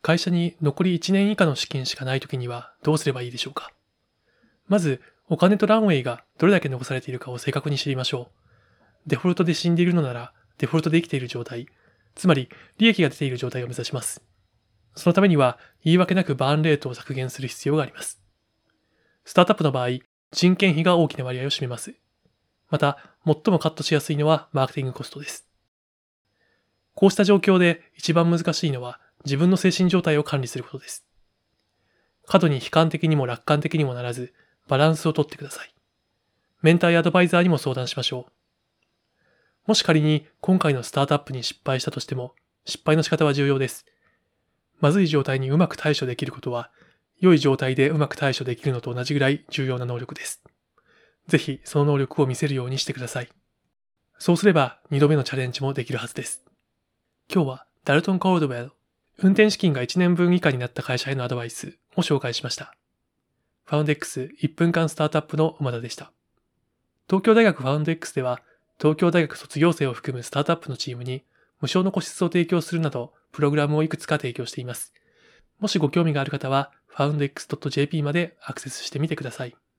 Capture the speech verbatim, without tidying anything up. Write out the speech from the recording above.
会社に残りいちねん以下の資金しかないときにはどうすればいいでしょうか。まず、お金とランウェイがどれだけ残されているかを正確に知りましょう。デフォルトで死んでいるのなら、デフォルトで生きている状態、つまり利益が出ている状態を目指します。そのためには、言い訳なくバーンレートを削減する必要があります。スタートアップの場合、人件費が大きな割合を占めます。また、最もカットしやすいのはマーケティングコストです。こうした状況で一番難しいのは自分の精神状態を管理することです。過度に悲観的にも楽観的にもならず、バランスをとってください。メンターやアドバイザーにも相談しましょう。もし仮に今回のスタートアップに失敗したとしても、失敗の仕方は重要です。まずい状態にうまく対処できることは、良い状態でうまく対処できるのと同じぐらい重要な能力です。ぜひその能力を見せるようにしてください。そうすればにどめのチャレンジもできるはずです。今日はダルトン・コールドウェル、運転資金がいちねんぶん以下になった会社へのアドバイスを紹介しました。ファウンド Xいっぷんかんスタートアップの馬田でした。東京大学ファウンド X では、東京大学卒業生を含むスタートアップのチームに無償の個室を提供するなど、プログラムをいくつか提供しています。もしご興味がある方は、ファウンドエックスドットジェーピー までアクセスしてみてください。